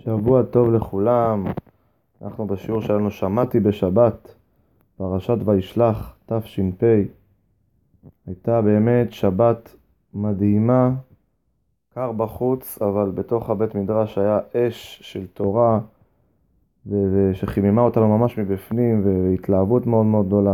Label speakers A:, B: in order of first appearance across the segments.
A: שבוע טוב לכולם. אנחנו בשיעור שלנו שמעתי בשבת, פרשת וישלח תש"פ. הייתה באמת שבת מדהימה, קר בחוץ, אבל בתוך הבית מדרש היה אש של תורה, שחיממה אותנו ממש מבפנים, והתלהבות מאוד מאוד גדולה.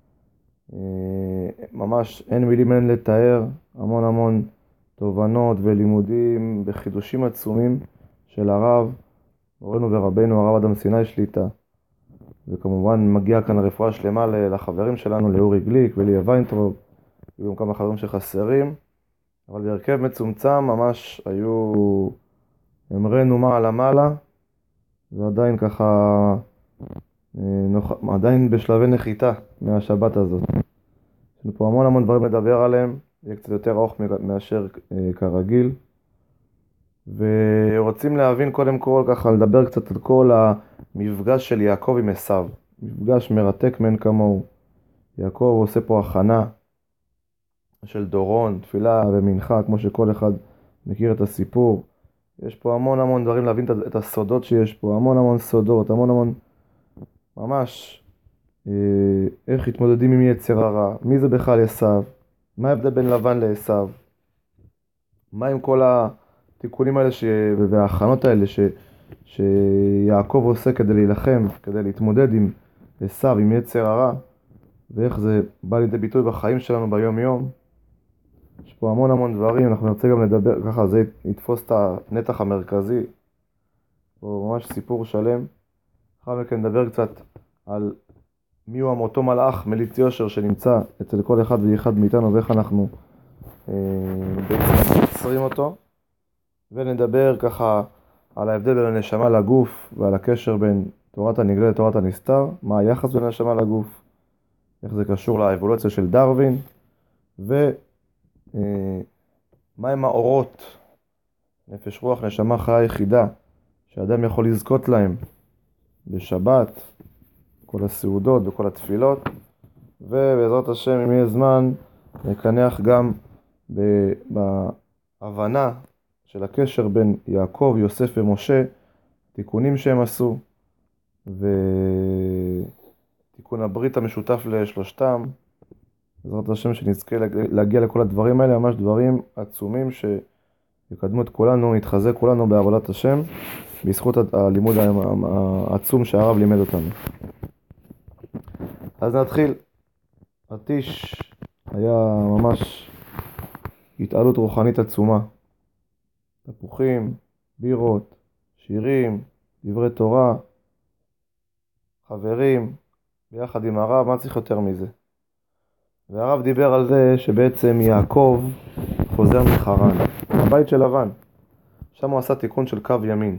A: ממש אין מילים, אין לתאר, המון המון תובנות ולימודים בחידושים עצומים של הרב, מורנו ורבנו הרב אדם סיני שליט"א. וכמובן מגיע כאן רפואה שלמה לחברים שלנו, לאורי גליק וליה ויינטרוב, היו גם כמה חברים שחסרים, אבל בהרכב מצומצם ממש היו אמרנו מעלה מעלה, ועדיין ככה עדיין בשלבי נחיתה מהשבת הזאת. יש לנו פה המון המון דברים לדבר עליהם, יהיה קצת יותר ארוך מאשר כרגיל, ורוצים להבין קודם כל ככה, לדבר קצת על כל המפגש של יעקב עם עשיו. מפגש מרתק מן כמוהו. יעקב עושה פה הכנה של דורון, תפילה ומנחה, כמו שכל אחד מכיר את הסיפור. יש פה המון המון דברים להבין את הסודות שיש פה, המון המון סודות, המון המון ממש איך התמודדים עם יצר הרע, מי זה בכלל עשיו, מה ההבדל בין לבן לעשיו, מה עם כל התיקונים האלה וההכנות האלה שיעקב עושה כדי להילחם, כדי להתמודד עם עשיו, עם יצר הרע, ואיך זה בא לידי ביטוי בחיים שלנו ביום יום. יש פה המון המון דברים, אנחנו נרצה גם לדבר, ככה זה יתפוס את הנתח המרכזי, פה ממש סיפור שלם. אחר מכן נדבר קצת על מי הוא אותו מלאך מליץ יושר שנמצא אצל כל אחד ואחד מאיתנו, ואיך אנחנו בעצם מייצרים אותו, ונדבר ככה על ההבדל בין הנשמה לגוף ועל הקשר בין תורת הנגלה לתורת הנסתר, מה היחס בין הנשמה לגוף, איך זה קשור לאבולוציה של דרווין, ומה הם האורות, נפש רוח נשמה חיה יחידה שאדם יכול לזכות להם בשבת, כל הסעודות וכל התפילות, ובעזרת השם אם יהיה זמן נקנח גם בהבנה של הקשר בין יעקב, יוסף ומשה, תיקונים שהם עשו, ותיקון הברית המשותף לשלושתם. בעזרת השם שנזכה להגיע לכל הדברים האלה, ממש דברים עצומים שיקדמו את כולנו, נתחזק כולנו בעבודת השם, בזכות הלימוד העצום שהרב לימד אותנו. אז נתחיל. התיש היה ממש התעלות רוחנית עצומה. תפוחים, בירות, שירים, דברי תורה, חברים, ביחד עם הרב, מה צריך יותר מזה? והרב דיבר על זה שבעצם יעקב חוזר מחרן, הבית של לבן. שם הוא עשה תיקון של קו ימין.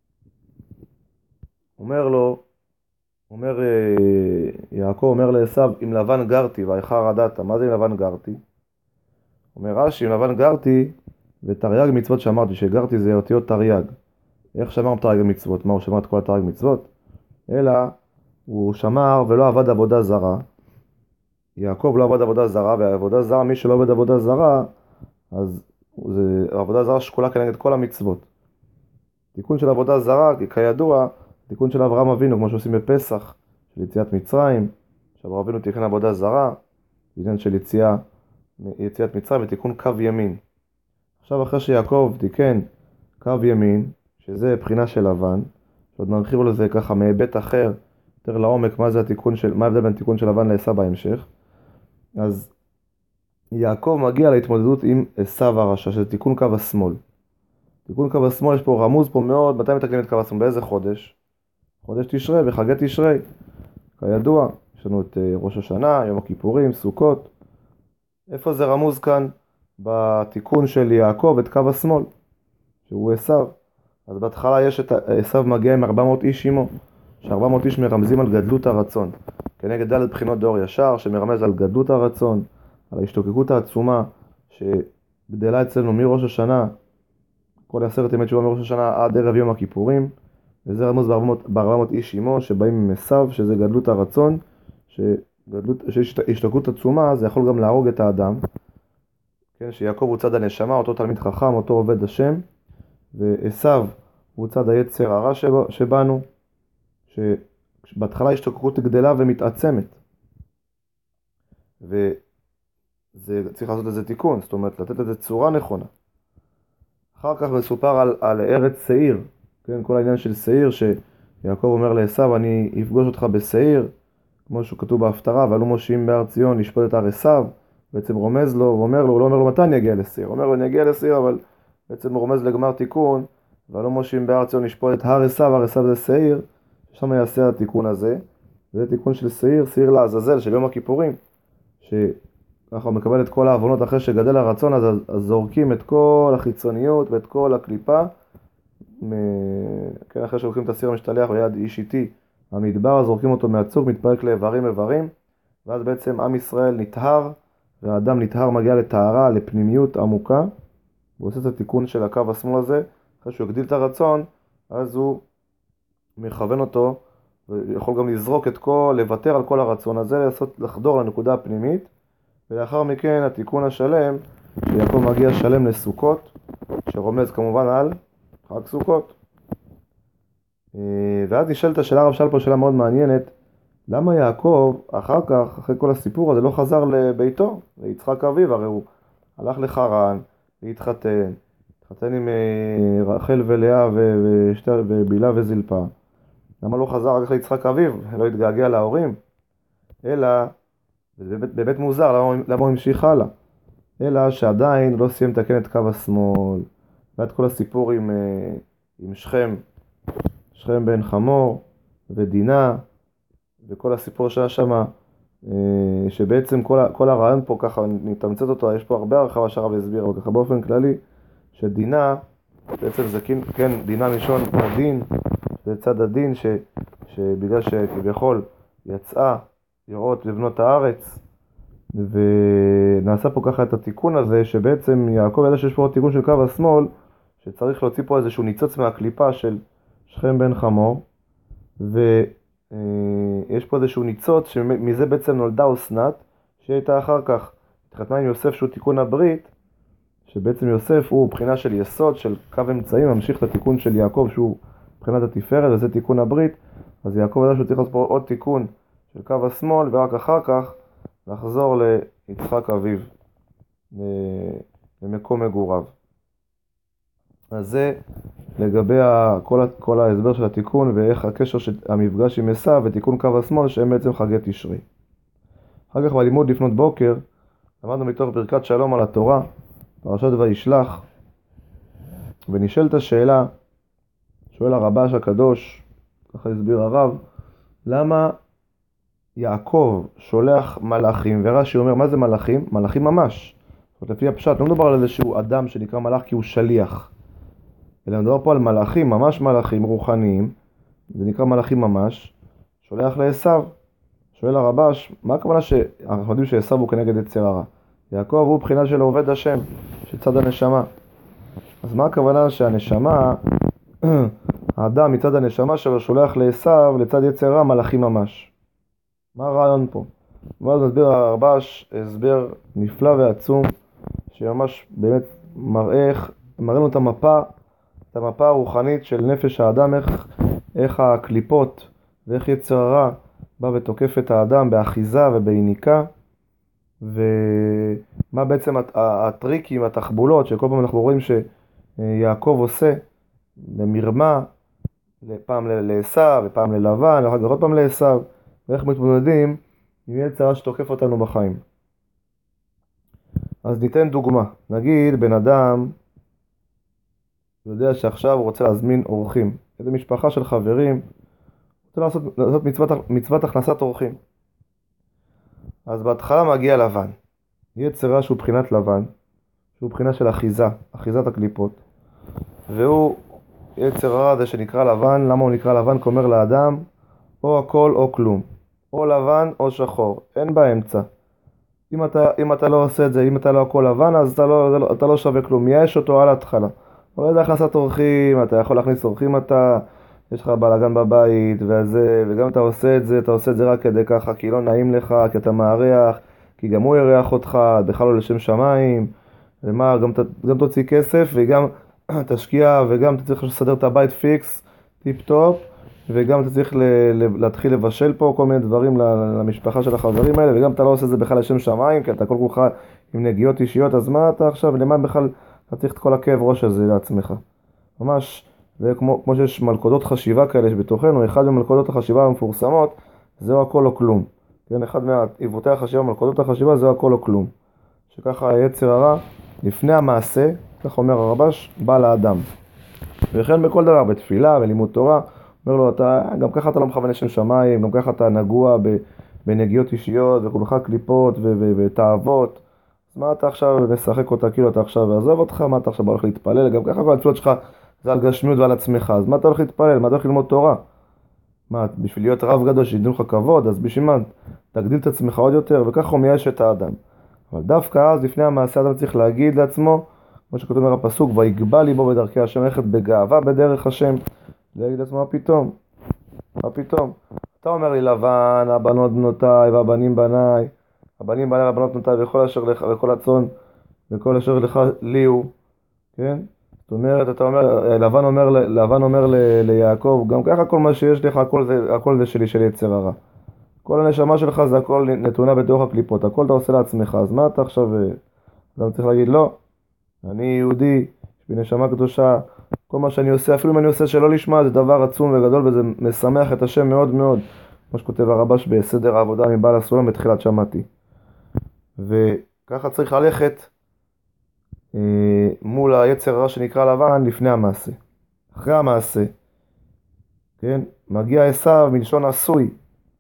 A: יעקב אומר לעשיו, אם לבן גרתי ואיכה רדתה. מה זה אם לבן גרתי? אומר רש"י, אם לבן גרתי ותרי"ג מצוות שאמרתי, שגרתי זה אותיות תרי"ג. איך שמר תרי"ג מצוות? מה, הוא שמר את כל התרי"ג מצוות? אלא הוא שמר ולא עבד עבודה זרה. יעקב לא עבד עבודה זרה, והעבודה זרה, מי שלא עבד עבודה זרה, אז זה עבודה זרה שקולה כנגד כל המצוות. תיקון של עבודה זרה, כידוע, תיקון של אברהם אבינו, כמו שעושים בפסח, של יציאת מצרים, שאברהם אבינו תיקן עבודה זרה, עניין של יציאת מצרים ותיקון קו ימין. עכשיו אחרי שיעקב תיקן קו ימין, שזה בחינה של לבן, שעוד נרחיב לזה ככה מהיבט אחר, יותר לעומק, מה ההבדל בין תיקון של לבן לעשיו בהמשך. אז יעקב מגיע להתמודדות עם עשיו הרשע, שזה תיקון קו השמאל. תיקון קו השמאל, יש פה רמוז פה מאוד, מתי מתקנים את קו השמאל? באיזה חודש? חודש תשרי, בחגי תשרי. כידוע, יש לנו את ראש השנה, יום הכיפורים, סוכות. איפה זה רמוז כאן? בתיקון של יעקב את קו השמאל, שהוא עשיו. אז בהתחלה יש את עשיו מגיע עם 400 איש עמו, ש400 איש מרמזים על גדלות הרצון, כנגד ד' בחינות דור ישר, שמרמז על גדלות הרצון, על ההשתוקקות העצומה שגדלה אצלנו מראש השנה, כל 10 ימי תשובה מראש השנה עד ערב יום הכיפורים, וזה רמוז ב400 איש עמו שבאים עם עשיו, שזה גדלות הרצון, שיש השתוקקות עצומה, זה יכול גם להרוג את האדם. כן, שיעקב הוא צד הנשמה, אותו תלמיד חכם, אותו עובד השם, ועשיו הוא צד היצר הרע שבנו, שבהתחלה השתוקקות גדלה ומתעצמת. צריך לעשות לזה תיקון, זאת אומרת, לתת לזה צורה נכונה. אחר כך מסופר על ארץ שעיר, כן, כל העניין של שעיר, שיעקב אומר לעשו, אני אפגוש אותך בשעיר, כמו שהוא כתוב בהפטרה, ועלו מושיעים בהר ציון לשפוט את הר עשו, בעצם רומז לו, הוא לא אומר לו מתי אני אגיע לשעיר, הוא אומר לו אני אגיע לשעיר, אבל בעצם הוא רומז לגמר תיקון, ועלו מושיעים בהר ציון לשפוט את הר עשו, הר עשו זה שעיר, שם יעשה התיקון הזה, זה תיקון של שעיר, שעיר לעזאזל של יום הכיפורים, ככה הוא מקבל את כל העוונות אחרי שגדל הרצון, אז זורקים את כל החיצוניות ואת כל הקליפה, כן, אחרי שלוקחים את הסיר המשתלח ביד איש איתי, המדבר, זורקים אותו מהצוק, מתפרק לאיברים, ואז בעצם עם ישראל נטהר, והאדם נטהר מגיע לטהרה, לפנימיות עמוקה, הוא עושה את התיקון של הקו השמאל הזה, אחרי שהוא הגדיל את הרצון, אז הוא מכוון אותו, ויכול גם לזרוק לוותר על כל הרצון הזה, לחדור לנקודה הפנימית, ולאחר מכן התיקון השלם, שיעקב מגיע שלם לסוכות, שרומז כמובן על חג סוכות. ואז נשאלת השאלה, הרב שאל פה שאלה מאוד מעניינת, למה יעקב אחר כך, אחרי כל הסיפור הזה, לא חזר לביתו, ליצחק אביו? הרי הוא הלך לחרן, להתחתן עם רחל ולאה ובילה וזלפה. למה לא חזר רק ליצחק אביו, לא התגעגע להורים? אלא, זה באמת מוזר, למה הוא המשיך הלאה? אלא שעדיין לא סיים לתקן את קו השמאל, ועד כל הסיפור עם שכם בן חמור ודינה, וכל הסיפור שהיה שם, שבעצם כל הרעיון פה ככה נתמצת אותו, יש פה הרבה הרחבה שהרב הסביר, אבל ככה באופן כללי, שדינה, בעצם זה כן דינה מלשון הדין, זה צד הדין שבגלל שכביכול יצאה לראות לבנות הארץ, ונעשה פה ככה את התיקון הזה, שבעצם יעקב ידע שיש פה תיקון של קו השמאל, שצריך להוציא פה איזשהו ניצוץ מהקליפה של שכם בן חמור, ויש פה איזשהו ניצוץ שמזה בעצם נולדה אסנת, שהייתה אחר כך התחתנה עם יוסף שהוא תיקון הברית, שבעצם יוסף הוא בחינה של יסוד, של קו אמצעים, ממשיך את התיקון של יעקב שהוא בחינת התפארת, וזה תיקון הברית. אז יעקב ידע שהוא צריך לעשות פה עוד תיקון של קו השמאל, ורק אחר כך לחזור ליצחק אביו, למקום מגוריו. אז זה לגבי כל ההסבר של התיקון, ואיך הקשר של המפגש עם עשיו ותיקון קו השמאל, שהם בעצם חגי תשרי. אחר כך בלימוד לפנות בוקר, למדנו מתוך ברכת שלום על התורה, פרשת וישלח, ונשאלת השאלה, שואל הרב"ש הקדוש, ככה הסביר הרב, למה יעקב שולח מלאכים, ורש"י אומר, מה זה מלאכים? מלאכים ממש. זאת אומרת, לפי הפשט, לא מדובר על איזשהו אדם שנקרא מלאך כי הוא שליח, אלא מדובר פה על מלאכים, ממש מלאכים רוחניים, זה נקרא מלאכים ממש, שולח לעשיו. שואל הרב"ש, מה הכוונה שאנחנו יודעים שעשיו הוא כנגד יצר הרע? יעקב הוא בחינה של עובד השם, של צד הנשמה. אז מה הכוונה שהנשמה, האדם מצד הנשמה שלו שולח לעשיו, לצד יצר הרע, מלאכים ממש? מה הרעיון פה? ואז מסביר הרב"ש הסבר נפלא ועצום, שממש באמת מראה לנו את המפה הרוחנית של נפש האדם, איך הקליפות ואיך יצר הרע בא ותוקף את האדם באחיזה ובעיניקה, ומה בעצם הטריקים, התחבולות, שכל פעם אנחנו רואים שיעקב עושה במרמה, פעם לעשיו ופעם ללבן, ואחר כך עוד פעם לעשיו, ואיך מתמודדים עם יצר הרע שתוקף אותנו בחיים. אז ניתן דוגמה. נגיד בן אדם יודע שעכשיו הוא רוצה להזמין אורחים, איזו משפחה של חברים, רוצה לעשות מצוות הכנסת אורחים. אז בהתחלה מגיע לבן, יצר הרע שהוא בחינת לבן, שהוא בחינה של אחיזת הקליפות, והוא יצר הרע הזה שנקרא לבן. למה הוא נקרא לבן? כי אומר לאדם, או הכל או כלום, או לבן או שחור, אין באמצע. אם אתה לא עושה את זה, אם אתה לא הכל לבן, אז אתה לא שווה כלום, יש אותו על ההתחלה. לא יודע הכנסת אורחים, אתה יכול להכניס אורחים, יש לך בלגן בבית, וגם אתה עושה את זה רק כדי ככה, כי לא נעים לך, כי אתה מארח, כי גם הוא ירח אותך, בכלל לא לשם שמיים, ומה, גם תוציא כסף, וגם תשקיע, וגם אתה צריך לסדר את הבית פיקס, טיפ טופ, וגם אתה צריך להתחיל לבשל פה כל מיני דברים למשפחה של החברים האלה, וגם אתה לא עושה את זה בכלל לשם שמיים, כי אתה כל כולך עם נגיעות אישיות, אז מה אתה עכשיו, למה בכלל אתה צריך את כל הכאב ראש הזה לעצמך? ממש, זה כמו שיש מלכודות חשיבה כאלה בתוכנו, אחד ממלכודות החשיבה המפורסמות, זהו הכל או כלום. כן, אחד מעיוותי החשיבה, מלכודות החשיבה, זהו הכל או כלום. שככה היצר הרע, לפני המעשה, כך אומר הרבש, בא לאדם. וכן בכל דבר, בתפילה, בלימוד תורה, אומר לו, גם ככה אתה לא מכוון לשם שמיים, גם ככה אתה נגוע בנגיעות אישיות, וכולך קליפות ותאוות. מה אתה עכשיו משחק אותה, כאילו אתה עכשיו עזוב אותך, מה אתה עכשיו הולך להתפלל? גם ככה כל התפילות שלך זה על גשמיות ועל עצמך, אז מה אתה הולך להתפלל? מה אתה הולך ללמוד תורה? מה, בשביל להיות רב גדול שידעו לך כבוד, אז בשביל מה? תגדיל את עצמך עוד יותר, וככה הוא מייאש את האדם. אבל דווקא אז, לפני המעשה, האדם צריך להגיד לעצמו, כמו שכתוב אומר הפסוק, ויגבה ליבו בדרכי השם, ללכת בגאווה בדרך השם. להגיד לעצמו, מה פתאום? מה פתאום? אתה אומר לי, לבן, הבנות בנותיי והבנים בניי, הבנים בניי והבנות בנותיי, וכל אשר לך, וכל הצאן, וכל אשר לך לי הוא, כן? זאת אומרת, אתה אומר, לבן אומר ליעקב, גם ככה כל מה שיש לך, הכל זה שלי, של יצר הרע. כל הנשמה שלך זה הכל נתונה בתוך הקליפות, הכל אתה עושה לעצמך, אז מה אתה עכשיו, אתה צריך להגיד, לא, אני יהודי, יש בי נשמה קדושה, כל מה שאני עושה, אפילו אם אני עושה שלא לשמה, זה דבר עצום וגדול, וזה משמח את השם מאוד מאוד, כמו שכותב הרבש בסדר העבודה מבעל הסולם בתחילת שמעתי. וככה צריך ללכת מול היצר הרע שנקרא לבן לפני המעשה. אחרי המעשה, כן, מגיע עשיו מלשון עשוי,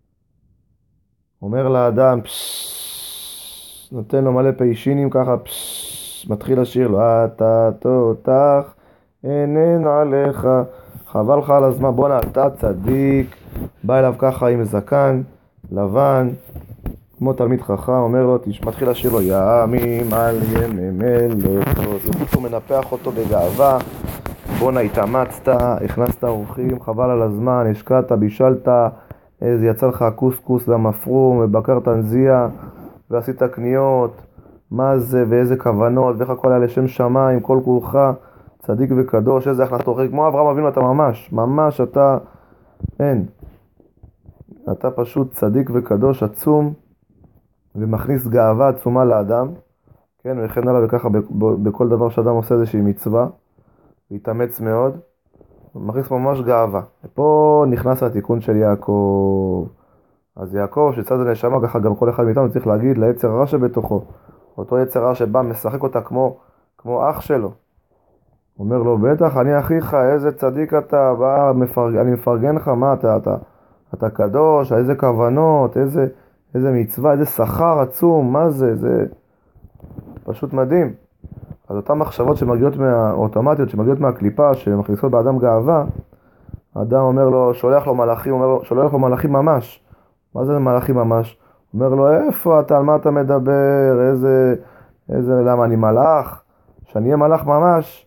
A: אומר לאדם, נותן לו מלא פיישינים ככה, מתחיל לשיר לו, אתה תותח אינן עליך, חבל לך על הזמן, בוא אתה צדיק, בא אליו ככה עם זקן, לבן, כמו תלמיד חכם, אומר לו, מתחיל לשיר לו, ימים על ימי מלך, הוא מנפח אותו בגאווה, בונה התאמצת, הכנסת אורחים, חבל על הזמן, השקעת, בישלת, איזה יצא לך הקוסקוס והמפרום, ובקרת נזיע, ועשית קניות, מה זה ואיזה כוונות, ואיך הכל היה לשם שמיים, כל כולך צדיק וקדוש, איזה הכנסת אורחים, כמו אברהם אבינו אתה ממש אתה, אין, אתה פשוט צדיק וקדוש עצום, ומכניס גאווה עצומה לאדם, כן, וכן הלאה וככה בכל דבר שאדם עושה איזושהי מצווה, להתאמץ מאוד, מכניס ממש גאווה. ופה נכנס התיקון של יעקב. אז יעקב שצד הנשמה, ככה גם כל אחד מאיתנו צריך להגיד ליצר הרע שבתוכו, אותו יצר הרע שבא משחק אותה כמו אח שלו. אומר לו, בטח אני אחיך, איזה צדיק אתה, אני מפרגן לך, מה אתה קדוש, איזה כוונות, איזה מצווה, איזה שכר עצום, מה זה, זה פשוט מדהים. אז אותן מחשבות שמגיעות אוטומטיות, שמגיעות מהקליפה, שמכניסות באדם גאווה, האדם אומר לו, שולח לו מלאכים ממש. מה זה מלאכים ממש? אומר לו, איפה אתה, על מה אתה מדבר, למה אני מלאך? שאני אהיה מלאך ממש,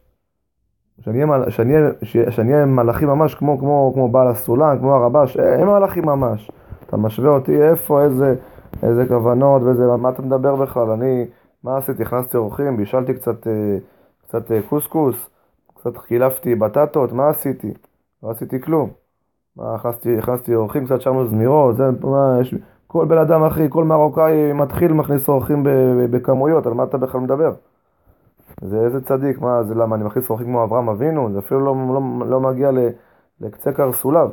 A: שאני אהיה מלאכים ממש כמו בעל הסולם, כמו הרבש, הם מלאכים ממש. אתה משווה אותי, איפה, איזה כוונות, מה אתה מדבר בכלל? מה עשיתי? הכנסתי אורחים, בישלתי קצת קוסקוס, קצת קילפתי בטטות, מה עשיתי? לא עשיתי כלום. הכנסתי אורחים, קצת שרנו זמירות, כל בן אדם אחי, כל מרוקאי מתחיל מכניס אורחים בכמויות, על מה אתה בכלל מדבר? זה איזה צדיק, מה זה, למה אני מכניס אורחים כמו אברהם אבינו? זה אפילו לא מגיע לקצה קרסוליו.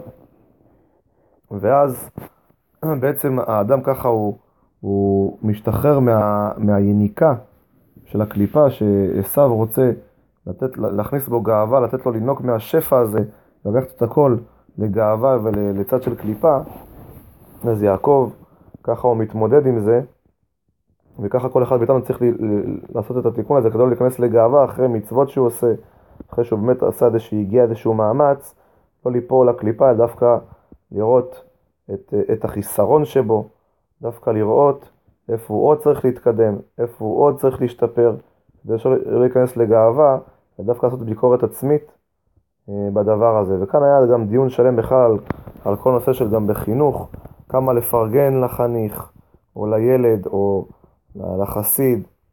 A: ואז בעצם האדם ככה הוא משתחרר מהיניקה של הקליפה שעשיו רוצה להכניס בו גאווה, לתת לו לנוק מהשפע הזה, לקחת את הכל לגאווה ולצד של קליפה. אז יעקב ככה הוא מתמודד עם זה, וככה כל אחד מאיתנו צריך לעשות את התיקון הזה כדי להיכנס לגאווה אחרי מצוות שהוא עושה, אחרי שהוא באמת עשה הגיע איזשהו מאמץ, לא ליפול לקליפה, דווקא לראות את החיסרון שבו, דווקא לראות איפה הוא עוד צריך להתקדם, איפה הוא עוד צריך להשתפר, כדי שלא להיכנס לגאווה, ודווקא לעשות ביקורת עצמית בדבר הזה. וכאן היה גם דיון שלם בכלל על כל נושא של גם בחינוך, כמה לפרגן לחניך, או לילד, או לחסיד,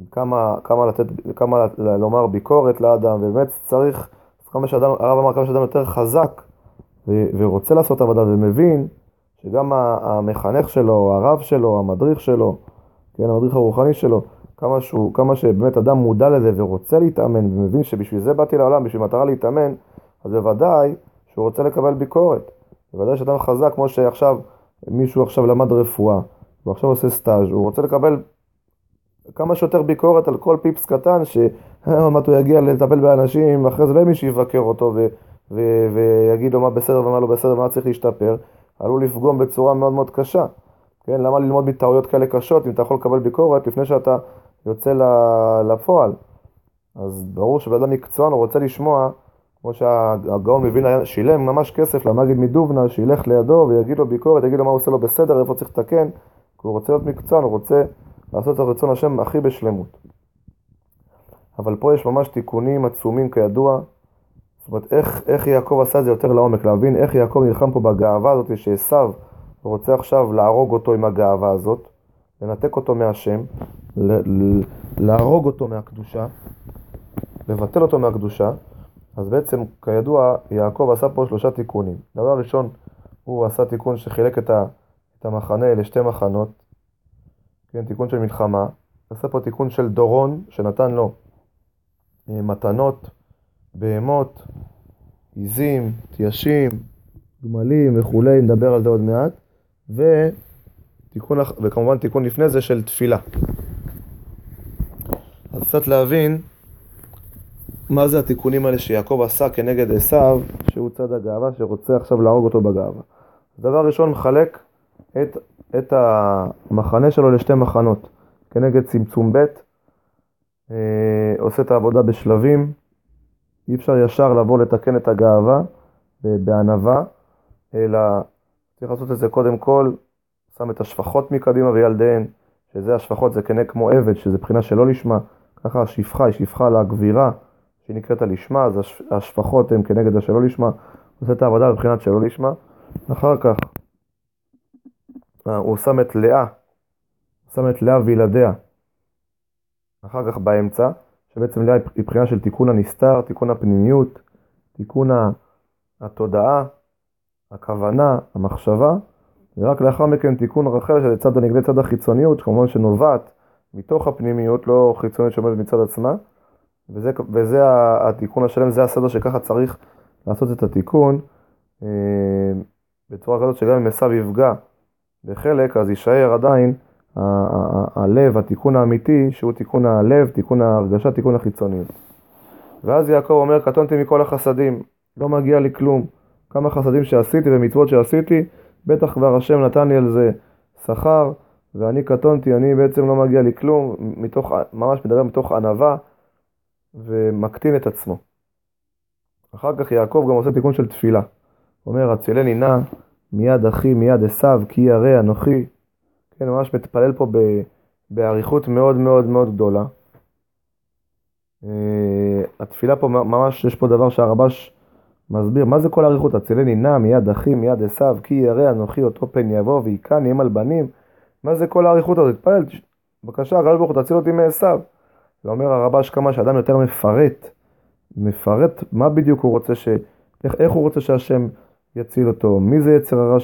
A: כמה לומר ביקורת לאדם, ובאמת צריך, הרב אמר כמה שאדם יותר חזק, ורוצה לעשות עבודה ומבין, שגם המחנך שלו, הרב שלו, המדריך שלו, כן, המדריך הרוחני שלו, כמה שבאמת אדם מודע לזה ורוצה להתאמן, ומבין שבשביל זה באתי לעולם, בשביל מטרה להתאמן, אז בוודאי שהוא רוצה לקבל ביקורת. בוודאי שאדם חזק, כמו שעכשיו, מישהו עכשיו למד רפואה, הוא עכשיו עושה סטאז', הוא רוצה לקבל כמה שיותר ביקורת על כל פיפס קטן, שעוד הוא יגיע לטפל באנשים, אחרי זה מי שיבקר אותו ויגיד לו מה בסדר ומה לא בסדר ומה צריך להשתפר, עלול לפגום בצורה מאוד מאוד קשה. כן, למה ללמוד מטעויות כאלה קשות אם אתה יכול לקבל ביקורת לפני שאתה יוצא לפועל? אז ברור שבאדם מקצוען הוא רוצה לשמוע, כמו שהגאון מבין שילם ממש כסף למגיד מדובנה, שילך לידו ויגיד לו ביקורת, יגיד לו מה הוא עושה לו בסדר, איפה צריך לתקן, כי הוא רוצה להיות מקצוען, הוא רוצה לעשות את רצון השם הכי בשלמות. אבל פה יש ממש תיקונים עצומים כידוע. זאת אומרת, איך יעקב עשה את זה יותר לעומק, להבין איך יעקב נלחם פה בגאווה הזאת שעשיו רוצה עכשיו להרוג אותו עם הגאווה הזאת, לנתק אותו מהשם, להרוג אותו מהקדושה, לבטל אותו מהקדושה. אז בעצם כידוע יעקב עשה פה 3 תיקונים. דבר ראשון, הוא עשה תיקון שחילק את המחנה לשתי מחנות, כן, תיקון של מלחמה. עשה פה תיקון של דורון שנתן לו מתנות, בהמות, עיזים, תיישים, גמלים וכולי, נדבר על זה עוד מעט. וכמובן תיקון לפני זה של תפילה. אז קצת להבין מה זה התיקונים האלה שיעקב עשה כנגד עשיו, שהוא צד הגאווה, שרוצה עכשיו להרוג אותו בגאווה. דבר ראשון, מחלק את המחנה שלו לשתי מחנות, כנגד צמצום ב', עושה את העבודה בשלבים. אי אפשר ישר לבוא לתקן את הגאווה בענווה, אלא צריך לעשות את זה קודם כל, שם את השפחות מקדימה וילדיהן, שזה השפחות זה כנגד כמו עבד, שזה בחינה שלא לשמה, ככה השפחה היא שפחה להגבירה, שהיא נקראת הלשמה, אז השפחות הן כנגד השלא לשמה, עושה את העבודה בבחינת שלא לשמה. אחר כך הוא שם את לאה וילדיה, אחר כך באמצע, שבעצם לאה היא בחינה של תיקון הנסתר, תיקון הפנימיות, תיקון התודעה, הכוונה, המחשבה, ורק לאחר מכן תיקון רחל, שזה צד הנגלה, צד החיצוניות, כמובן שנובעת מתוך הפנימיות, לא חיצוניות שעומדת מצד עצמה, וזה התיקון השלם, זה הסדר שככה צריך לעשות את התיקון, בצורה כזאת שגם אם עשיו יפגע בחלק, אז יישאר עדיין הלב, התיקון האמיתי, שהוא תיקון הלב, תיקון ההרגשה, תיקון החיצוניות. ואז יעקב אומר, קטונתי מכל החסדים, לא מגיע לי כלום. כמה חסדים שעשיתי ומצוות שעשיתי, בטח כבר השם נתן לי על זה שכר, ואני קטונתי, אני בעצם לא מגיע לי כלום, ממש מדבר מתוך ענווה, ומקטין את עצמו. אחר כך יעקב גם עושה תיקון של תפילה. הוא אומר, הצילני נא מיד אחי, מיד עשיו, כי ירא אנוכי. כן, ממש מתפלל פה בעריכות מאוד מאוד מאוד גדולה. התפילה פה ממש, יש פה דבר שהרבש מסביר, מה זה כל העריכות? הצילני נא מיד אחי, מיד עשיו, כי ירא אנוכי אותו פן יבוא, ויקני אם על בנים. מה זה כל העריכות הזאת? תתפלל, בבקשה, הקדוש ברוך הוא תציל אותי מעשיו. ואומר הרבש כמה שאדם יותר מפרט מה בדיוק הוא רוצה, איך הוא רוצה שהשם יציל אותו, מי זה יצר הרע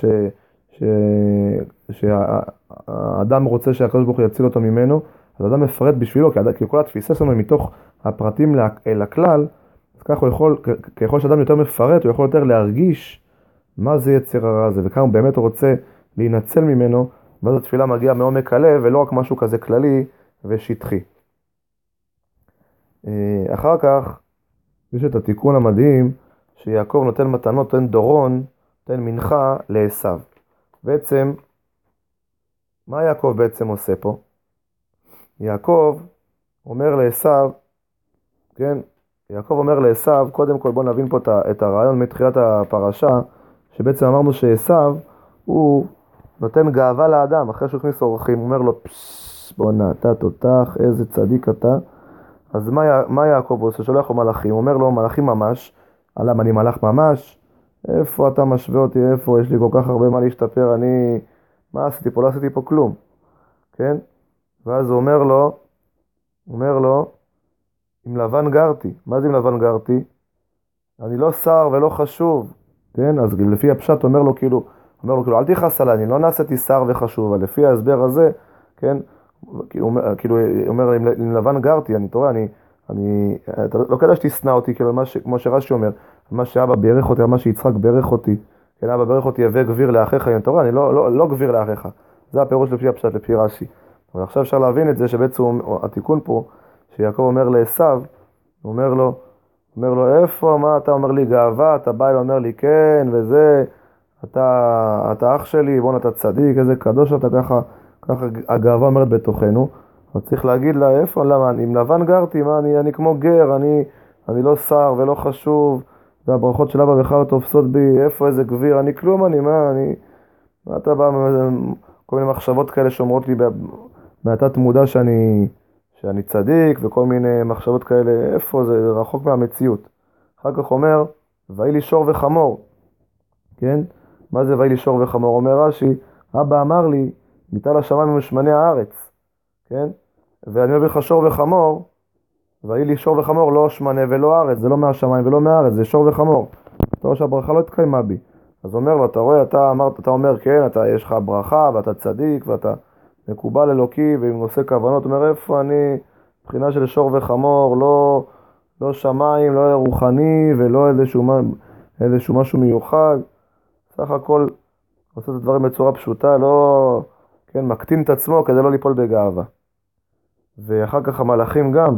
A: שהאדם רוצה שהקדוש ברוך הוא יציל אותו ממנו, אז האדם מפרט בשבילו, כי כל התפיסה שלנו מתוך הפרטים לכלל, אז ככה ככל שאדם יותר מפרט, הוא יכול יותר להרגיש מה זה יצר הרע הזה, וכמה באמת הוא רוצה להינצל ממנו, ואז התפילה מגיעה מעומק הלב, ולא רק משהו כזה כללי ושטחי. אחר כך, יש את התיקון המדהים, שיעקב נותן מתנות, נותן דורון, נותן מנחה לעשיו. בעצם, מה יעקב בעצם עושה פה? יעקב אומר לעשיו, כן, יעקב אומר לעשיו, קודם כל בוא נבין פה את הרעיון מתחילת הפרשה, שבעצם אמרנו שעשיו, הוא נותן גאווה לאדם, אחרי שהוא הכניס אורחים, הוא אומר לו, בוא אתה תותח, איזה צדיק אתה. אז מה יעקב עושה? שולח לו מלאכים, הוא אומר לו, מלאכים ממש, למה אני מלאך ממש? איפה אתה משווה אותי? איפה? יש לי כל כך הרבה מה להשתפר, מה עשיתי פה? לא עשיתי פה כלום, כן? ואז הוא אומר לו, אומר לו, עם לבן גרתי. מה זה עם לבן גרתי? אני לא שר ולא חשוב, כן? אז לפי הפשט אומר לו כאילו, אל תכעס עליי, אני לא נעשיתי שר וחשוב, אבל לפי ההסבר הזה, כן? כאילו, אומר, עם לבן גרתי, אתה רואה, לא כדאי שתשנא אותי, כאילו, כמו שרש"י אומר, מה שאבא בירך אותי, מה שיצחק בירך אותי, כן, אבא בירך אותי, הווה גביר לאחיך, אתה רואה, אני לא גביר לאחיך, זה הפירוש לפי הפשט, לפי רש"י. אבל עכשיו אפשר להבין את זה, שבעצם התיקון פה, שיעקב אומר לעשיו, הוא אומר לו, איפה, מה אתה אומר לי גאווה, אתה בא אליי אומר לי כן, וזה, אתה אח שלי, בוא אתה צדיק, איזה קדוש אתה, ככה הגאווה אומרת בתוכנו. אז צריך להגיד לה, איפה, למה, עם לבן גרתי, מה, אני כמו גר, אני לא שר ולא חשוב, והברכות של אבא בכלל לא תופסות בי, איפה, איזה גביר, אני כלום, מה אתה בא, כל מיני מחשבות כאלה שאומרות לי מהתת מודע שאני צדיק, וכל מיני מחשבות כאלה, איפה זה רחוק מהמציאות. אחר כך אומר, ויהי לי שור וחמור, כן? מה זה ויהי לי שור וחמור? אומר רש"י, אבא אמר לי, מטל השמיים ומשמני הארץ, כן? ואני מביא לך שור וחמור, ויהי לי שור וחמור, לא שמנה ולא ארץ, זה לא מהשמיים ולא מהארץ, זה שור וחמור. אתה רואה שהברכה לא התקיימה בי. אז אומר לו, אתה רואה, אתה אומר, כן, יש לך ברכה, ואתה צדיק, ואתה מקובל אלוקי, ועם עושה כוונות, אומר, איפה אני, מבחינה של שור וחמור, לא שמיים, לא רוחני, ולא איזשהו משהו מיוחד. סך הכל, עושה את הדברים בצורה פשוטה, לא, כן, מקטין את עצמו כדי לא ליפול בגאווה. ואחר כך המלאכים גם,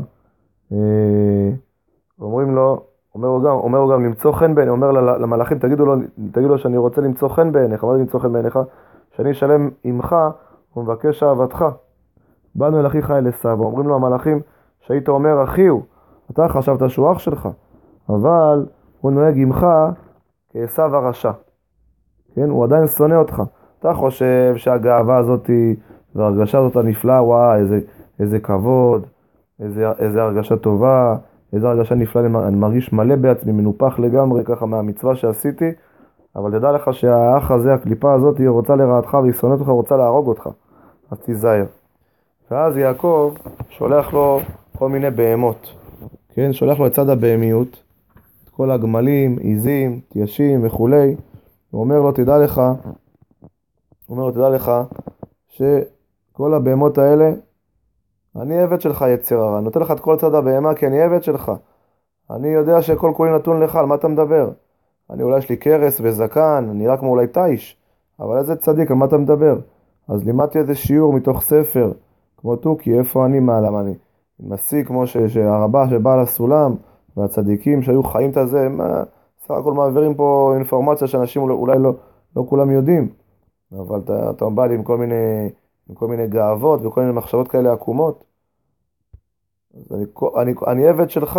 A: אומרים לו, אומר לו גם למצוא חן בעיני, אומר למלאכים, תגידו לו שאני רוצה למצוא חן בעיניך, מה זה למצוא חן בעיניך? שאני אשלם עמך ומבקש אהבתך. באנו אל אחיך אל עשיו, אומרים לו המלאכים, שהיית אומר אחי הוא, אתה חשבת שהוא אח שלך, אבל הוא נוהג עמך כעשיו הרשע, כן? הוא עדיין שונא אותך. אתה חושב שהגאווה הזאת וההרגשה הזאת הנפלאה, וואי, איזה כבוד, איזה הרגשה טובה, איזה הרגשה נפלאה, אני מרגיש מלא בעצמי, מנופח לגמרי ככה מהמצווה שעשיתי, אבל תדע לך שהאח הזה, הקליפה הזאת, היא רוצה לרעתך והיא שונאת אותך, רוצה להרוג אותך, אז תיזהר. ואז יעקב שולח לו כל מיני בהמות, כן? שולח לו את צד הבהמיות, את כל הגמלים, עיזים, תיישים וכולי. הוא אומר לו, תדע לך שכל הבהמות האלה, אני עבד שלך יצר הרע, אני נותן לך את כל צד הבהמה כי אני עבד שלך. אני יודע שכל כולי נתון לך, על מה אתה מדבר? אני אולי יש לי קרס וזקן, נראה כמו אולי תיש, אבל איזה צדיק, על מה אתה מדבר? אז לימדתי איזה שיעור מתוך ספר, כמו תוכי, איפה אני מעלם, אני מסיק כמו שהרבה שבא לסולם, והצדיקים שהיו חיים את הזה, סך הכל מעבירים פה אינפורמציה שאנשים אולי לא כולם יודעים, אבל אתה בא לי עם כל מיני גאוות וכל מיני מחשבות כאלה עקומות. אז אני עבד שלך,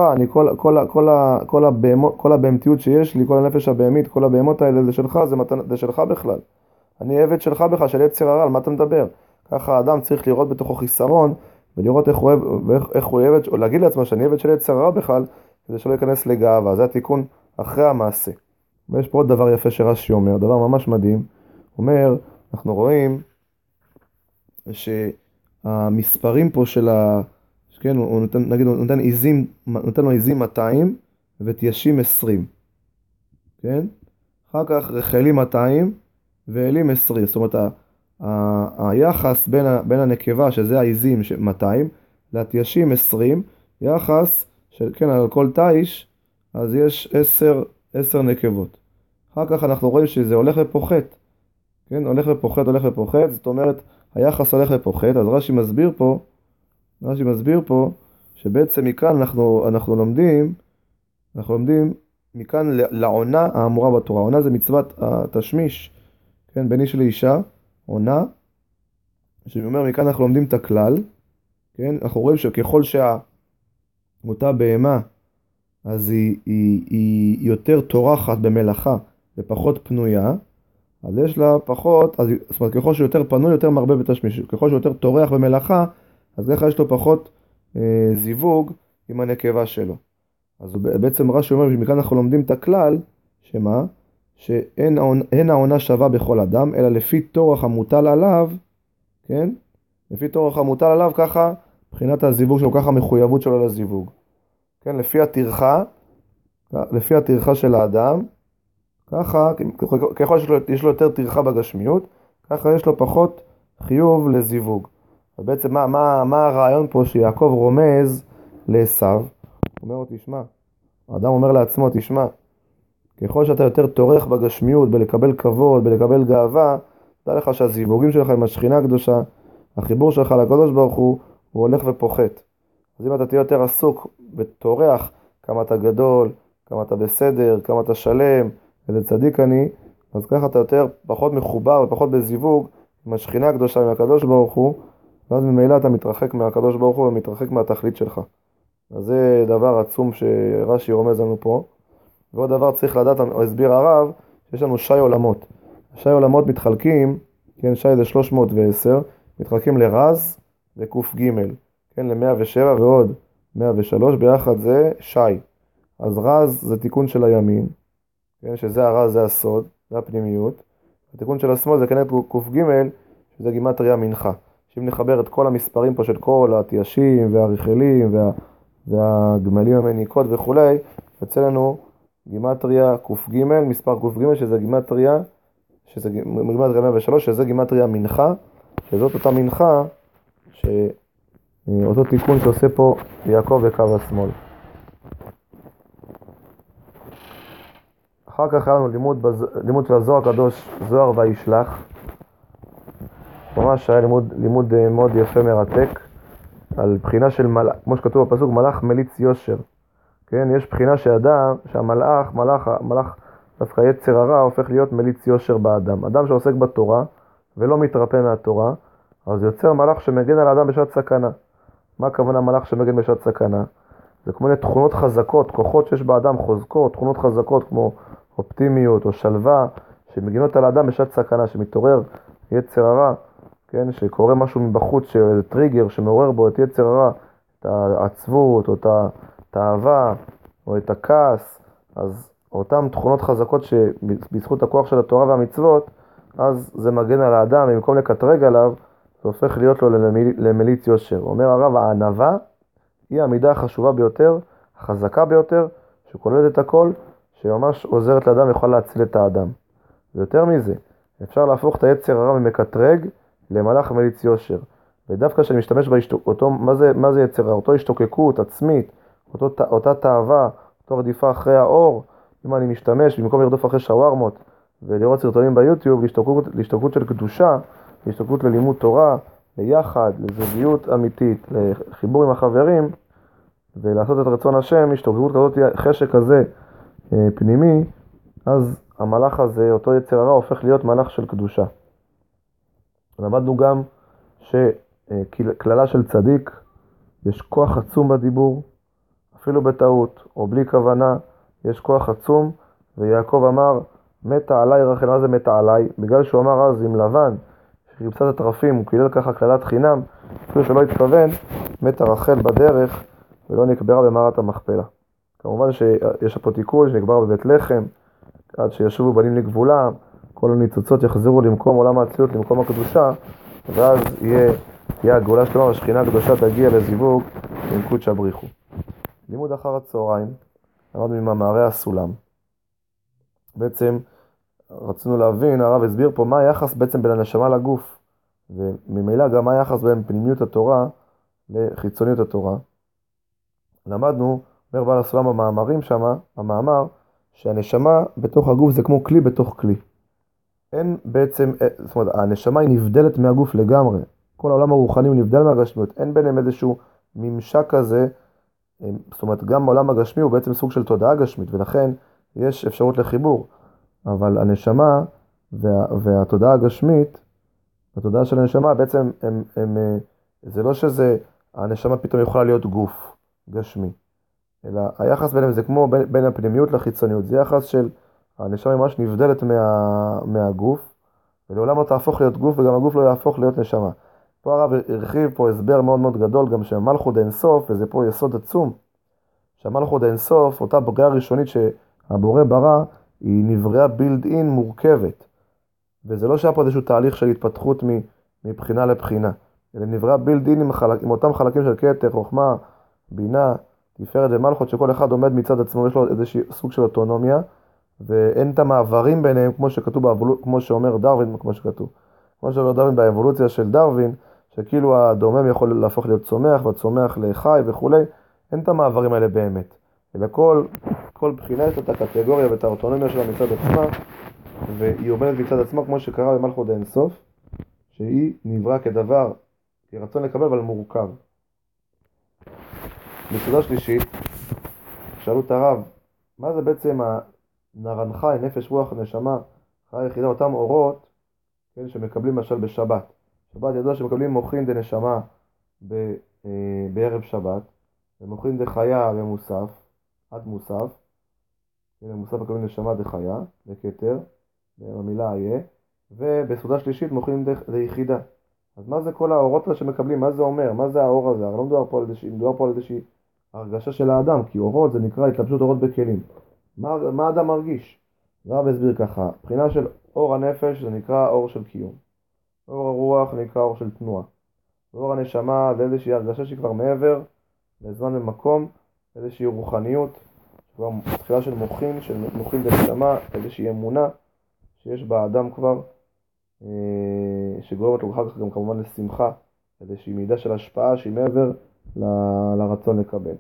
A: כל הבהמתיות שיש לי, כל הנפש הבהמית, כל הבהמות האלה זה שלך, זה שלך בכלל. אני עבד שלך בכלל, של יצר הרע, על מה אתה מדבר? ככה האדם צריך לראות בתוכו חיסרון, ולראות איך הוא עבד, או להגיד לעצמו שאני עבד של יצר הרע בכלל, כדי שלא ייכנס לגאווה. זה התיקון אחרי המעשה. ויש פה עוד דבר יפה שרש"י אומר, דבר ממש מדהים. אומר, אנחנו רואים שהמספרים פה כן, הוא נותן לו עיזים 200 ותיישים 20, כן? אחר כך רחלים 200 ואלים 20, זאת אומרת היחס בין הנקבה שזה העיזים 200 לתיישים 20, יחס של, כן, על כל תיש אז יש 10 נקבות. אחר כך אנחנו רואים שזה הולך ופוחת, כן? הולך ופוחת, זאת אומרת היחס הולך ופוחת. אז רש"י מסביר פה שבעצם מכאן אנחנו לומדים מכאן לעונה האמורה בתורה. עונה זה מצוות התשמיש, כן, בין איש לאישה, עונה, שאומר מכאן אנחנו לומדים את הכלל, כן, אנחנו רואים שככל שאותה בהמה אז היא יותר תורחת במלאכה ופחות פנויה, אז יש לה פחות, זאת אומרת ככל שיותר פנוי יותר מרבה בתשמיש, ככל שיותר תורח במלאכה אז ככה יש לו פחות זיווג עם הנקבה שלו. אז בעצם רש"י אומר שמכאן אנחנו לומדים את הכלל, שמה? שאין העונה שווה בכל אדם, אלא לפי תורח המוטל עליו, כן? לפי תורח המוטל עליו, ככה מבחינת הזיווג שלו, ככה המחויבות שלו לזיווג. כן, לפי הטרחה של האדם, ככה, ככל שיש לו יותר טרחה בגשמיות, ככה יש לו פחות חיוב לזיווג. אז בעצם מה הרעיון פה שיעקב רומז לעשיו? הוא אומר לו, תשמע, האדם אומר לעצמו, תשמע, ככל שאתה יותר תורך בגשמיות, בלקבל כבוד, בלקבל גאווה, תדע לך שהזיווגים שלך עם השכינה הקדושה, החיבור שלך לקדוש ברוך הוא הולך ופוחת. אז אם אתה תהיה יותר עסוק ותורך כמה אתה גדול, כמה אתה בסדר, כמה אתה שלם, איזה צדיק אני, אז ככה אתה יותר פחות מחובר ופחות בזיווג עם השכינה הקדושה, עם הקדוש ברוך הוא, ואז ממילא אתה מתרחק מהקדוש ברוך הוא ומתרחק מהתכלית שלך. אז זה דבר עצום שרש"י רומז לנו פה. ועוד דבר צריך לדעת, הסביר הרב, שיש לנו שי עולמות. שי עולמות מתחלקים, כן, שי זה 310, מתחלקים לרז וקוף ג', כן, ל-107 ועוד 103, ביחד זה שי. אז רז זה תיקון של הימין, כן, שזה הרז, זה הסוד, זה הפנימיות. התיקון של השמאל זה כנראה קוף ג', שזה גימטריה מנחה. שאם נחבר את כל המספרים פה של כל התיישים והריחלים והגמלים המניקות וכולי, יוצא לנו גימטריה קוף ג', מספר קוף ג', שזה גימטריה 103, שזה גימטריה מנחה, שזאת אותה מנחה, אותו תיקון שעושה פה יעקב בקו השמאל. אחר כך היה לנו לימוד של הזוהר הקדוש, זוהר וישלח. ממש היה לימוד מאוד יפה מרתק, על בחינה של מלאך, כמו שכתוב בפסוק, מלאך מליץ יושר. כן, יש בחינה שאדם, מלאך דווקא יצר הרע, הופך להיות מליץ יושר באדם. אדם שעוסק בתורה ולא מתרפא מהתורה, אז יוצר מלאך שמגן על האדם בשעת סכנה. מה הכוונה מלאך שמגן בשעת סכנה? זה כמו מיני תכונות חזקות, כוחות שיש באדם, חוזקות, תכונות חזקות כמו אופטימיות או שלווה, שמגינות על האדם בשעת סכנה, שמתעורר יצר הרע, כן, שקורה משהו מבחוץ, שזה טריגר שמעורר בו את יצר הרע, את העצבות או את האהבה או את הכעס, אז אותן תכונות חזקות שבזכות הכוח של התורה והמצוות, אז זה מגן על האדם, במקום לקטרג עליו, זה הופך להיות לו למליץ יושר. אומר הרב, הענווה היא המידה החשובה ביותר, החזקה ביותר, שכוללת את הכל, שממש עוזרת לאדם ויכולה להציל את האדם. ויותר מזה, אפשר להפוך את היצר הרע ממקטרג למלאך מליץ יושר. ודווקא כשאני משתמש באותו, מה זה יצר הרע? אותו השתוקקות עצמית, אותה תאווה, אותו רדיפה אחרי האור, אם אני משתמש, במקום לרדוף אחרי שווארמות ולראות סרטונים ביוטיוב, להשתוקקות של קדושה, להשתוקקות ללימוד תורה, ליחד, לזוגיות אמיתית, לחיבור עם החברים, ולעשות את רצון השם, השתוקקות כזאת, חשק כזה פנימי, אז המלאך הזה, אותו יצר הרע, הופך להיות מלאך של קדושה. למדנו גם שכללה של צדיק, יש כוח עצום בדיבור, אפילו בטעות או בלי כוונה, יש כוח עצום, ויעקב אמר, מתה עליי רחל. מה זה מתה עליי? בגלל שהוא אמר אז עם לבן, שחיפשה את הטרפים, הוא קילל ככה כללת חינם, אפילו שלא התכוון, מתה רחל בדרך, ולא נקברה במערת המכפלה. כמובן שיש פה תיקון שנקבר בבית לחם, עד שישובו בנים לגבולם, כל הניצוצות יחזרו למקום עולם האצילות, למקום הקדושה, ואז תהיה הגאולה שלמה, והשכינה הקדושה תגיע לזיווג עם קודשא בריחו. לימוד אחר הצהריים, למדנו ממאמרי הסולם. בעצם רצינו להבין, הרב הסביר פה מה היחס בעצם בין הנשמה לגוף, וממילא גם מה היחס בין פנימיות התורה לחיצוניות התורה. למדנו, אומר בעל הסולם במאמרים שמה, המאמר, שהנשמה בתוך הגוף זה כמו כלי בתוך כלי. אין בעצם, זאת אומרת, הנשמה היא נבדלת מהגוף לגמרי. כל העולם הרוחני הוא נבדל מהגשמיות. אין ביניהם איזשהו ממשק כזה, זאת אומרת, גם העולם הגשמי הוא בעצם סוג של תודעה גשמית, ולכן יש אפשרות לחיבור. אבל הנשמה והתודעה הגשמית, התודעה של הנשמה בעצם, זה לא שזה, הנשמה פתאום יכולה להיות גוף גשמי, אלא היחס ביניהם זה כמו בין הפנימיות לחיצוניות. זה יחס של הנשמה ממש נבדלת מהגוף, ולעולם לא תהפוך להיות גוף, וגם הגוף לא יהפוך להיות נשמה. פה הרב הרחיב פה הסבר מאוד מאוד גדול, גם שהמלכות אין סוף, וזה פה יסוד עצום, שהמלכות אין סוף, אותה בריאה ראשונית שהבורא ברא, היא נבראה בילד אין מורכבת. וזה לא שהיה פה איזשהו תהליך של התפתחות מבחינה לבחינה, אלא נברא בילדין עם אותם חלקים של כתר, חוכמה, בינה, תפארת ומלכות, שכל אחד עומד מצד עצמו, יש לו איזשהו סוג של אוטונומיה, ואין את המעברים ביניהם, כמו שכתוב, כמו שאומר דרווין, כמו שאומר דרווין באבולוציה של דרווין, שכאילו הדומם יכול להפוך להיות צומח, והצומח לחי וכולי, אין את המעברים האלה באמת. אלא כל בחינה יש את הקטגוריה ואת האוטונומיה שלה מצד עצמה, והיא עומדת מצד עצמה, כמו שקרה במלכות האינסוף, שהיא נברא כדבר, כרצון לקבל, אבל מורכב. נקודה שלישית, שאלו את הרב, מה זה בעצם הנרנחי, נפש, רוח, נשמה, חי יחידה, אותם אורות, כן, שמקבלים למשל בשבת. שבת ידוע שמקבלים מוחין דנשמה בערב שבת, ומוחין דחיה במוסף, עד מוסף, כן, במוסף מקבלים נשמה דחיה, בכתר, במילה איה, ובסעודה שלישית מוחין דיחידה. אז מה זה כל האורות האלה שמקבלים? מה זה אומר? מה זה האור הזה? הרי לא מדובר פה על איזושהי הרגשה של האדם, כי אורות זה נקרא התלבשות אורות בכלים. מה האדם מרגיש? הרב הסביר ככה, מבחינה של אור הנפש זה נקרא אור של קיום. אור הרוח נקרא אור של תנועה. אור הנשמה זה איזושהי הרגשה שהיא כבר מעבר לזמן ומקום, איזושהי רוחניות, כבר תחילה של מוחין בנשמה, איזושהי אמונה שיש באדם כבר, שגורמת לו אחר כך גם כמובן לשמחה, איזושהי מידה של השפעה שהיא מעבר לרצון לקבל.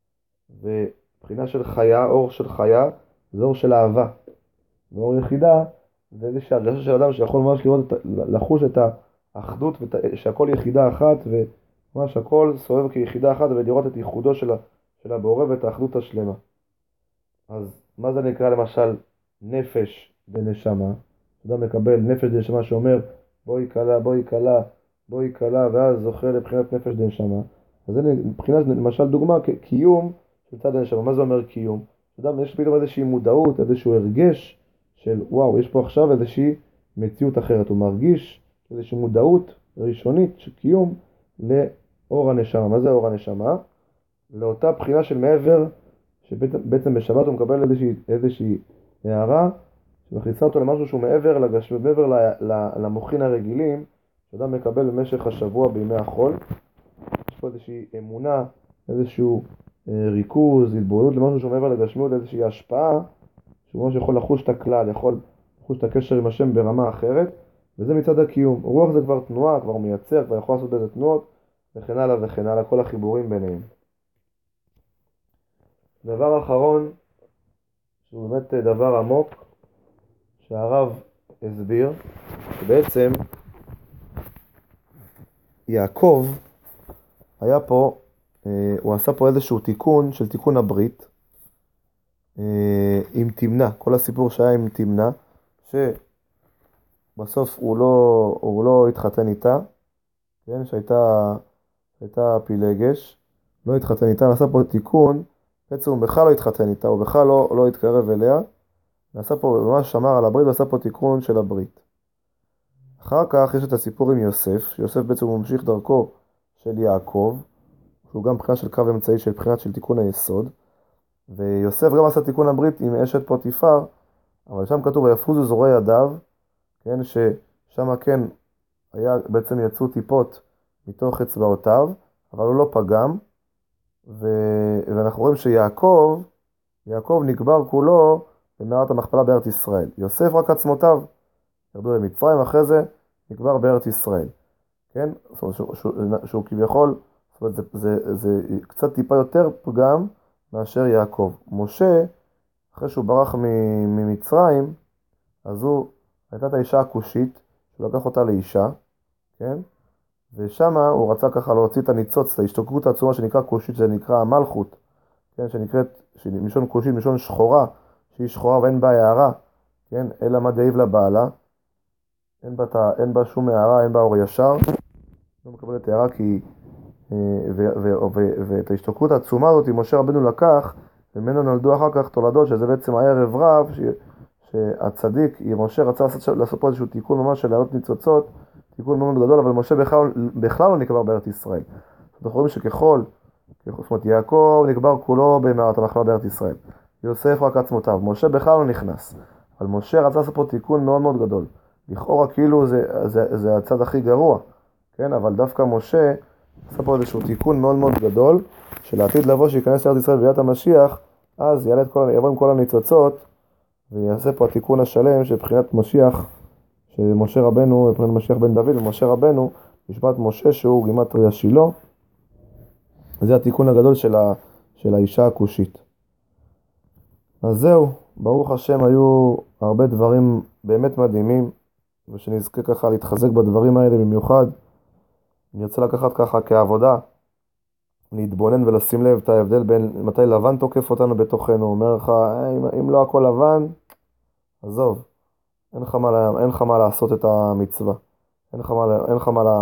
A: ובחינה של חיה, אור של חיה, זה אור של אהבה. ואור יחידה זה איזושהי הרגשה של אדם שיכול ממש לראות, לחוש את האחדות, שהכל יחידה אחת, וממש הכל סובב כיחידה אחת, ולראות את ייחודו של הבורא ואת האחדות השלמה. אז מה זה נקרא למשל נפש ונשמה? אדם מקבל נפש ונשמה שאומר בואי קלה, בואי קלה, בואי קלה, ואז זוכה לבחינת נפש ונשמה. אז זה מבחינת למשל דוגמה קיום של צד הנשמה. מה זה אומר קיום? אדם יש פתאום איזושהי מודעות, איזשהו הרגש של וואו, יש פה עכשיו איזושהי מציאות אחרת. הוא מרגיש איזושהי מודעות ראשונית של קיום לאור הנשמה. מה זה אור הנשמה? לאותה בחינה של מעבר, שבעצם בשבת הוא מקבל איזושהי הערה שמכניסה אותו למשהו שהוא מעבר לגשמיות, מעבר למוחין הרגילים שאדם מקבל במשך השבוע בימי החול. יש פה איזושהי אמונה, איזשהו ריכוז, התבוננות למשהו שהוא מעבר לגשמיות, איזושהי השפעה שהוא ממש יכול לחוש את הכלל, יכול לחוש את הקשר עם השם ברמה אחרת, וזה מצד הקיום. רוח זה כבר תנועה, כבר מייצר, כבר יכול לעשות באיזה תנועות, וכן הלאה וכן הלאה, כל החיבורים ביניהם. דבר אחרון, שהוא באמת דבר עמוק, שהרב הסביר, שבעצם יעקב היה פה, הוא עשה פה איזשהו תיקון של תיקון הברית, עם תמנה, כל הסיפור שהיה עם תמנה, שבסוף הוא לא התחתן איתה, כן, שהייתה פילגש, לא התחתן איתה, ועשה פה תיקון, בעצם הוא בכלל לא התחתן איתה, הוא בכלל לא התקרב אליה, ועשה פה, ממש שמר על הברית, ועשה פה תיקון של הברית. אחר כך יש את הסיפור עם יוסף, שיוסף בעצם הוא ממשיך דרכו של יעקב, שהוא גם בחינה של קו אמצעי של בחינת של תיקון היסוד, ויוסף גם עשה תיקון הברית עם אשת פוטיפר, אבל שם כתוב, ויפוזו זרועי ידיו, כן, ששם כן היה, בעצם יצאו טיפות מתוך אצבעותיו, אבל הוא לא פגם, ואנחנו רואים שיעקב נקבר כולו במערת המכפלה בארץ ישראל. יוסף רק עצמותיו ירדו למצרים, אחרי זה נקבר בארץ ישראל. כן? זאת אומרת, שהוא כביכול, זאת אומרת, זה קצת טיפה יותר פגם מאשר יעקב. משה, אחרי שהוא ברח ממצרים, אז הייתה את האישה הכושית, שהוא לקח אותה לאישה, כן? ושם הוא רצה ככה להוציא את הניצוץ, את ההשתוקקות העצומה שנקרא כושית, זה נקרא המלכות, כן? שנקראת, משון כושית, משון שחורה, שהיא שחורה ואין בה הערה, כן? אלא מה דאיב לבעלה, אין בה שום הערה, אין בה אור ישר, לא מקבלת הערה כי, ואת ההשתוקקות העצומה הזאת, משה רבנו לקח, וממנו נולדו אחר כך תולדות, שזה בעצם הערב רב, שהצדיק, משה רצה לעשות פה איזשהו תיקון ממש של להעלות ניצוצות, תיקון מאוד גדול, אבל משה בכלל לא נקבר בארץ ישראל. אנחנו רואים שככל, זאת אומרת, יעקב נקבר כולו במערת המכפלה בארץ ישראל. יוסף רק עצמותיו, משה בכלל לא נכנס. אבל משה רצה לעשות פה תיקון מאוד מאוד גדול. לכאורה כאילו זה הצד הכי גרוע. כן, אבל דווקא משה עשה פה איזשהו תיקון מאוד מאוד גדול, שלעתיד לבוא שייכנס לארץ ישראל ביאת המשיח, אז יבוא עם כל הניצוצות, ויעשה פה התיקון השלם של בחינת משיח, שמשה רבנו, מבחינת משיח בן דוד ומשה רבנו, נשמת משה שהוא גימטריה שילה, זה התיקון הגדול של האישה הכושית. אז זהו, ברוך השם היו הרבה דברים באמת מדהימים, ושנזכה ככה להתחזק בדברים האלה במיוחד. אני רוצה לקחת ככה כעבודה, להתבונן ולשים לב את ההבדל בין מתי לבן תוקף אותנו בתוכנו. הוא אומר לך, אם לא הכל לבן, עזוב, אין לך מה לעשות את המצווה. אין לך מה,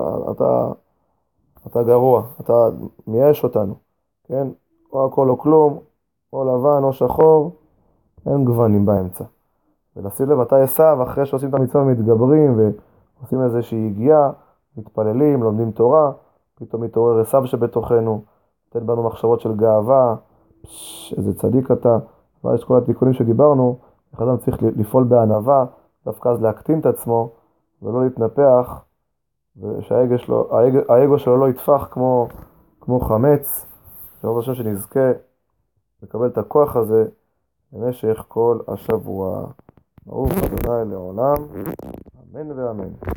A: אתה גרוע, אתה מייאש אותנו, כן? או הכל או כלום, או לבן או שחור, אין גוונים באמצע. ולשים לב מתי עשיו, אחרי שעושים את המצווה מתגברים ועושים איזושהי הגיעה, מתפללים, לומדים תורה, פתאום מתעורר עשיו שבתוכנו, נותן בנו מחשבות של גאווה, איזה צדיק אתה, ויש כל התיקונים שדיברנו, איך אדם צריך לפעול בענווה, דווקא אז להקטין את עצמו, ולא להתנפח, ושהאגו שלו לא יתפח כמו חמץ, ברוב השם שנזכה לקבל את הכוח הזה במשך כל השבוע. ברוך ה' לעולם, אמן ואמן.